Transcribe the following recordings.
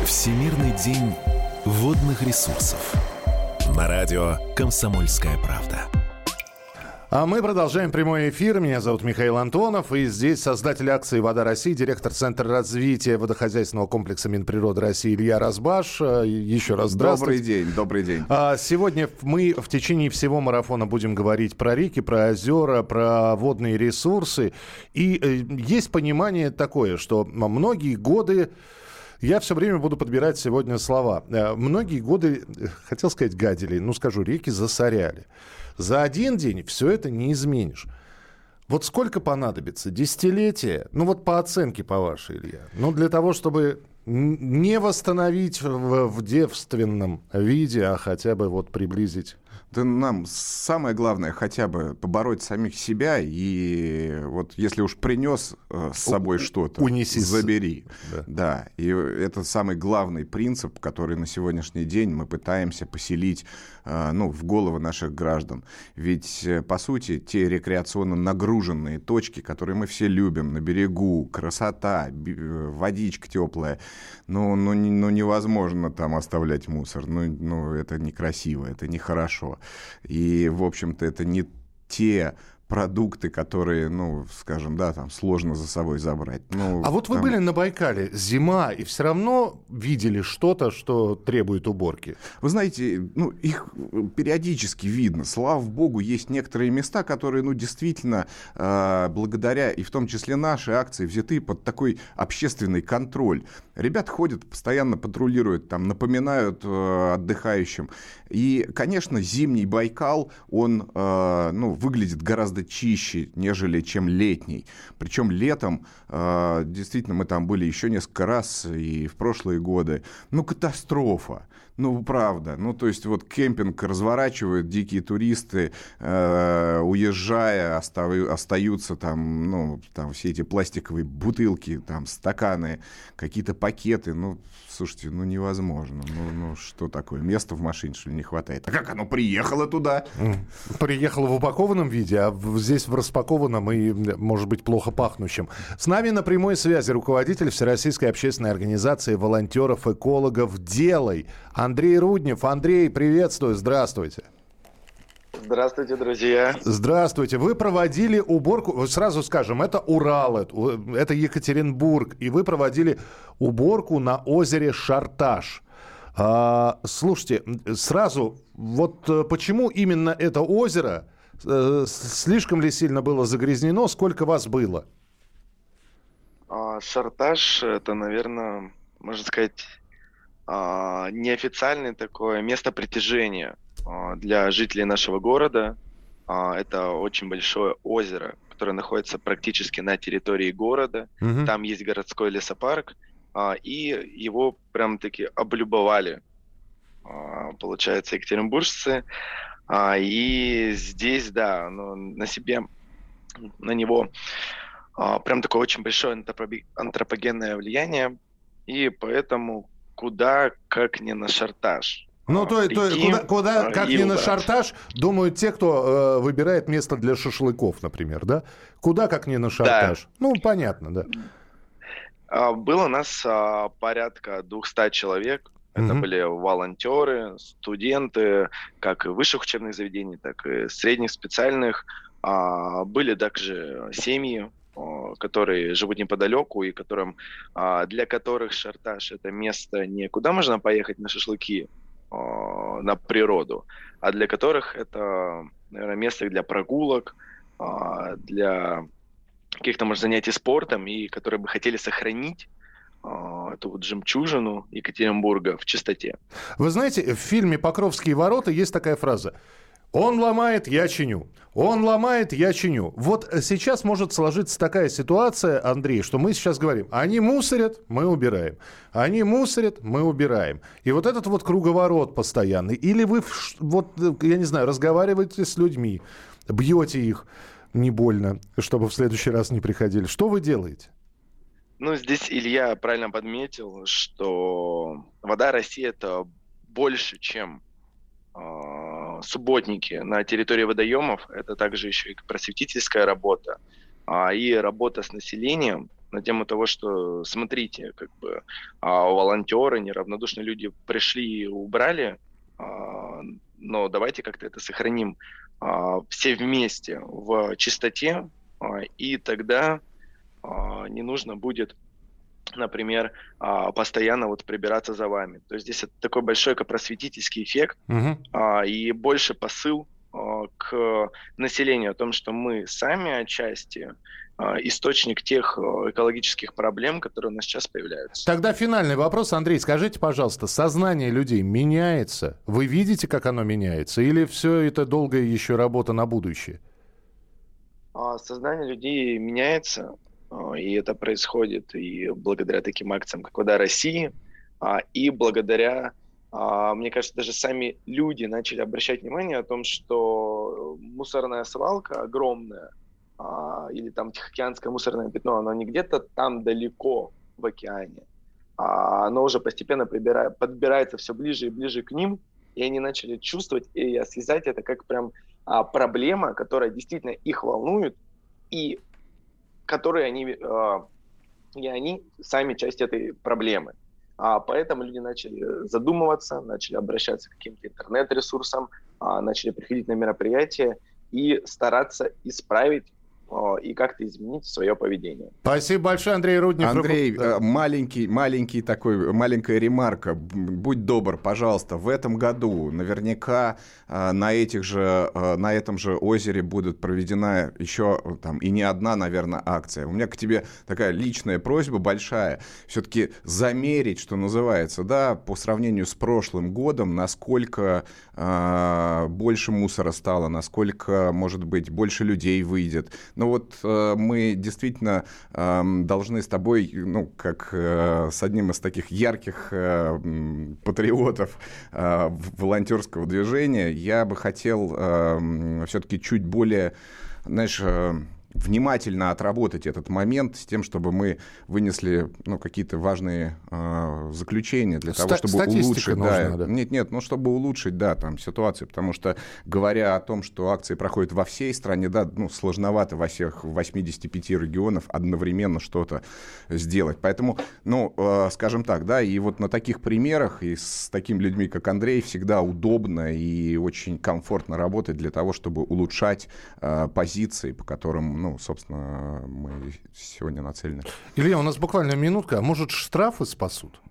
Всемирный день водных ресурсов. На радио «Комсомольская правда». А мы продолжаем прямой эфир. Меня зовут Михаил Антонов. И здесь создатель акции «Вода России», директор Центра развития водохозяйственного комплекса Минприроды России Илья Разбаш. Еще раз здравствуйте. Добрый день. Сегодня мы в течение всего марафона будем говорить про реки, про озера, про водные ресурсы. И есть понимание такое, что многие годы... Я все время буду подбирать сегодня слова. Многие годы, хотел сказать, гадили, скажу, реки засоряли. За один день все это не изменишь. Вот сколько понадобится? Десятилетия? По оценке, по вашей, Илья. Для того, чтобы не восстановить в девственном виде, а хотя бы приблизить. Да нам самое главное хотя бы побороть самих себя, и если уж принес с собой что-то, унеси, забери. Да. И это самый главный принцип, который на сегодняшний день мы пытаемся поселить в головы наших граждан. Ведь, по сути, те рекреационно нагруженные точки, которые мы все любим, на берегу, красота, водичка теплая, невозможно там оставлять мусор. Это некрасиво, это нехорошо. И, в общем-то, это не те продукты, которые, сложно за собой забрать. Вы были на Байкале, зима, и все равно видели что-то, что требует уборки? Вы знаете, их периодически видно. Слава богу, есть некоторые места, которые, действительно, благодаря, и в том числе нашей акции, взяты под такой общественный контроль. Ребят ходят, постоянно патрулируют, напоминают отдыхающим. И, конечно, зимний Байкал, он выглядит гораздо чище, нежели чем летний. Причем летом, действительно, мы там были еще несколько раз и в прошлые годы. Катастрофа. Правда. То есть кемпинг разворачивают дикие туристы, уезжая, остаются там все эти пластиковые бутылки, стаканы, какие-то пакеты. Слушайте, невозможно. Что такое? Места в машине, что ли, не хватает? А как оно приехало туда? Приехало в упакованном виде, а здесь в распакованном и, может быть, плохо пахнущем. С нами на прямой связи руководитель Всероссийской общественной организации волонтеров-экологов «Делай» Андрей Руднев. Андрей, приветствую, здравствуйте. Здравствуйте, друзья. Здравствуйте. Вы проводили уборку, сразу скажем, это Урал, это Екатеринбург, и вы проводили уборку на озере Шарташ. Слушайте, сразу, почему именно это озеро, слишком ли сильно было загрязнено, сколько вас было? Шарташ, это, наверное, можно сказать, неофициальное такое место притяжения для жителей нашего города. Это очень большое озеро, которое находится практически на территории города. Угу. Там есть городской лесопарк, и его прям-таки облюбовали, получается, екатеринбуржцы. И здесь, да, на него прям такое очень большое антропогенное влияние, и поэтому куда как не на Шарташ. Куда как не на Шарташ, думают те, кто выбирает место для шашлыков, например, да? Куда как не на Шарташ. Да. Понятно, да. Было нас порядка 200 человек. Это были волонтеры, студенты, как и высших учебных заведений, так и средних, специальных. Были также семьи, которые живут неподалеку и для которых Шарташ – это место не куда можно поехать на шашлыки, на природу, а для которых это, наверное, место для прогулок, для каких-то, может, занятий спортом, и которые бы хотели сохранить эту жемчужину Екатеринбурга в чистоте. Вы знаете, в фильме «Покровские ворота» есть такая фраза: «Он ломает, я чиню. Он ломает, я чиню». Сейчас может сложиться такая ситуация, Андрей, что мы сейчас говорим: они мусорят, мы убираем. Они мусорят, мы убираем. И этот круговорот постоянный. Или вы, я не знаю, разговариваете с людьми, бьете их не больно, чтобы в следующий раз не приходили. Что вы делаете? Здесь Илья правильно подметил, что «Вода России» — это больше, чем субботники на территории водоемов. Это также еще и просветительская работа и работа с населением, на тему того, что смотрите, как бы волонтеры, неравнодушные люди пришли и убрали, но давайте как-то это сохраним все вместе в чистоте, и тогда не нужно будет, например, постоянно вот прибираться за вами. То есть здесь это такой большой просветительский эффект и больше посыл к населению о том, что мы сами отчасти источник тех экологических проблем, которые у нас сейчас появляются. Тогда финальный вопрос, Андрей, скажите, пожалуйста, сознание людей меняется? Вы видите, как оно меняется? Или все это долгая еще работа на будущее? Сознание людей меняется, и это происходит и благодаря таким акциям, как «Вода России», и благодаря, мне кажется, даже сами люди начали обращать внимание о том, что мусорная свалка огромная, или там Тихоокеанское мусорное пятно, оно не где-то там далеко в океане, оно уже постепенно подбирается все ближе и ближе к ним, и они начали чувствовать и осязать это как прям проблема, которая действительно их волнует, и которые они сами часть этой проблемы. Поэтому люди начали задумываться, начали обращаться к каким-то интернет-ресурсам, начали приходить на мероприятия и стараться исправить и как-то изменить свое поведение. Спасибо большое, Андрей Руднев. Андрей, маленькая ремарка. Будь добр, пожалуйста, в этом году наверняка на этом же озере будет проведена еще там и не одна, наверное, акция. У меня к тебе такая личная просьба большая. Все-таки замерить, что называется, да, по сравнению с прошлым годом, насколько больше мусора стало, насколько, может быть, больше людей выйдет. Но вот мы действительно должны с тобой, как с одним из таких ярких патриотов волонтерского движения, я бы хотел все-таки чуть более, знаешь, внимательно отработать этот момент с тем, чтобы мы вынесли какие-то важные заключения для того, чтобы улучшить. Нужна, да. Нет, чтобы улучшить, там ситуацию, потому что, говоря о том, что акции проходят во всей стране, сложновато во всех 85 регионах одновременно что-то сделать. Поэтому, скажем так, и вот на таких примерах и с такими людьми, как Андрей, всегда удобно и очень комфортно работать для того, чтобы улучшать позиции, по которым собственно, мы сегодня нацелены. Илья, у нас буквально минутка. А может, штрафы спасут?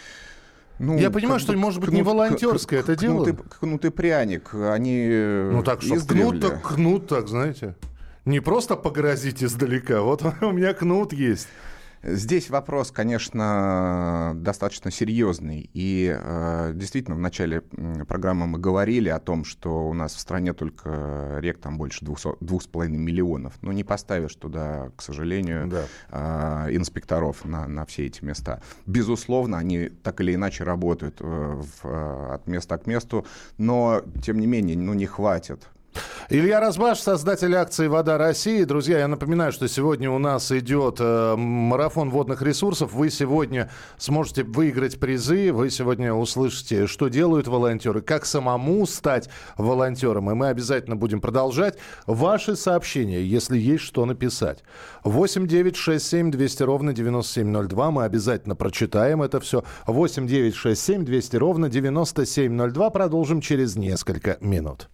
Я понимаю, что, может быть, не волонтерское это дело. Кнут и пряник, они так что кнут, так, знаете. Не просто погрозить издалека. Вот у меня кнут есть. Здесь вопрос, конечно, достаточно серьезный. И действительно, в начале программы мы говорили о том, что у нас в стране только рек там больше 2,5 миллионов. Но не поставишь туда, к сожалению, инспекторов на все эти места. Безусловно, они так или иначе работают от места к месту, но, тем не менее, не хватит. Илья Разбаш, создатель акции «Вода России». Друзья, я напоминаю, что сегодня у нас идет марафон водных ресурсов. Вы сегодня сможете выиграть призы. Вы сегодня услышите, что делают волонтеры, как самому стать волонтером. И мы обязательно будем продолжать. Ваши сообщения, если есть что написать. 8 9 6 7 200 ровно 9702. Мы обязательно прочитаем это все. 8 9 6 7 200 ровно 9702. Продолжим через несколько минут.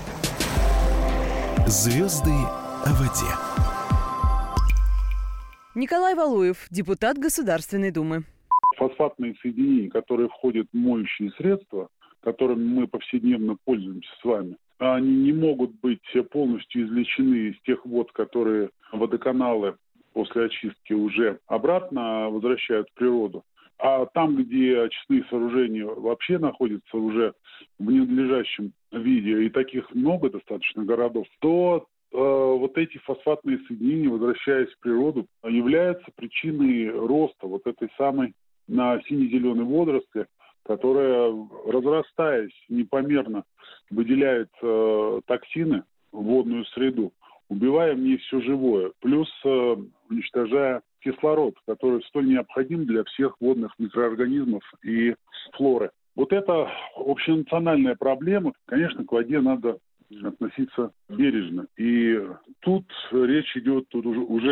Звезды о воде. Николай Валуев, депутат Государственной Думы. Фосфатные соединения, которые входят в моющие средства, которыми мы повседневно пользуемся с вами, они не могут быть полностью извлечены из тех вод, которые водоканалы после очистки уже обратно возвращают в природу. А там, где очистные сооружения вообще находятся уже в ненадлежащем виде, и таких много достаточно городов, то вот эти фосфатные соединения, возвращаясь в природу, являются причиной роста вот этой самой сине-зеленой водоросли, которая, разрастаясь непомерно, выделяет токсины в водную среду, убивая в ней все живое, плюс уничтожая кислород, который столь необходим для всех водных микроорганизмов и флоры. Вот это общенациональная проблема. Конечно, к воде надо относиться бережно. И тут речь идет уже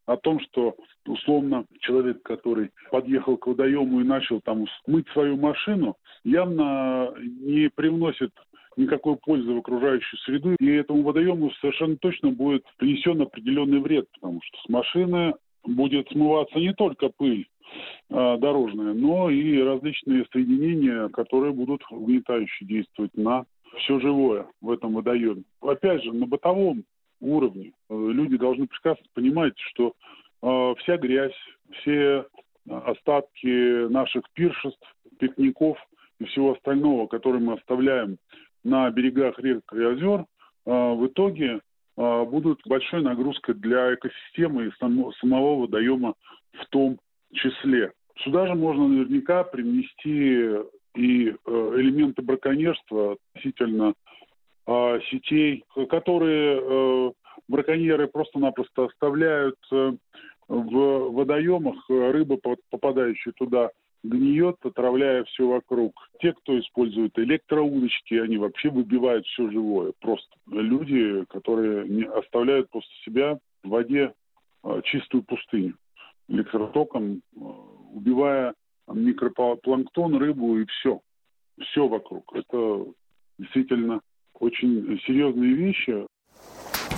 о том, что условно человек, который подъехал к водоему и начал там мыть свою машину, явно не привносит никакой пользы в окружающую среду, и этому водоему совершенно точно будет принесен определенный вред, потому что с машины будет смываться не только пыль дорожная, но и различные соединения, которые будут угнетающе действовать на все живое в этом водоеме. Опять же, на бытовом уровне люди должны прекрасно понимать, что вся грязь, все остатки наших пиршеств, пикников и всего остального, которое мы оставляем на берегах рек и озер, в итоге будут большой нагрузкой для экосистемы и самого водоема в том числе. Сюда же можно наверняка привнести и элементы браконьерства относительно сетей, которые браконьеры просто-напросто оставляют в водоемах. Рыба, попадающая туда, гниет, отравляя все вокруг. Те, кто использует электроудочки, они вообще выбивают все живое. Просто люди, которые оставляют после себя в воде чистую пустыню электротоком, убивая микропланктон, рыбу и все. Все вокруг. Это действительно очень серьезные вещи.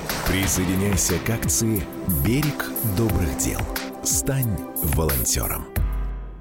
Присоединяйся к акции «Берег добрых дел». Стань волонтером.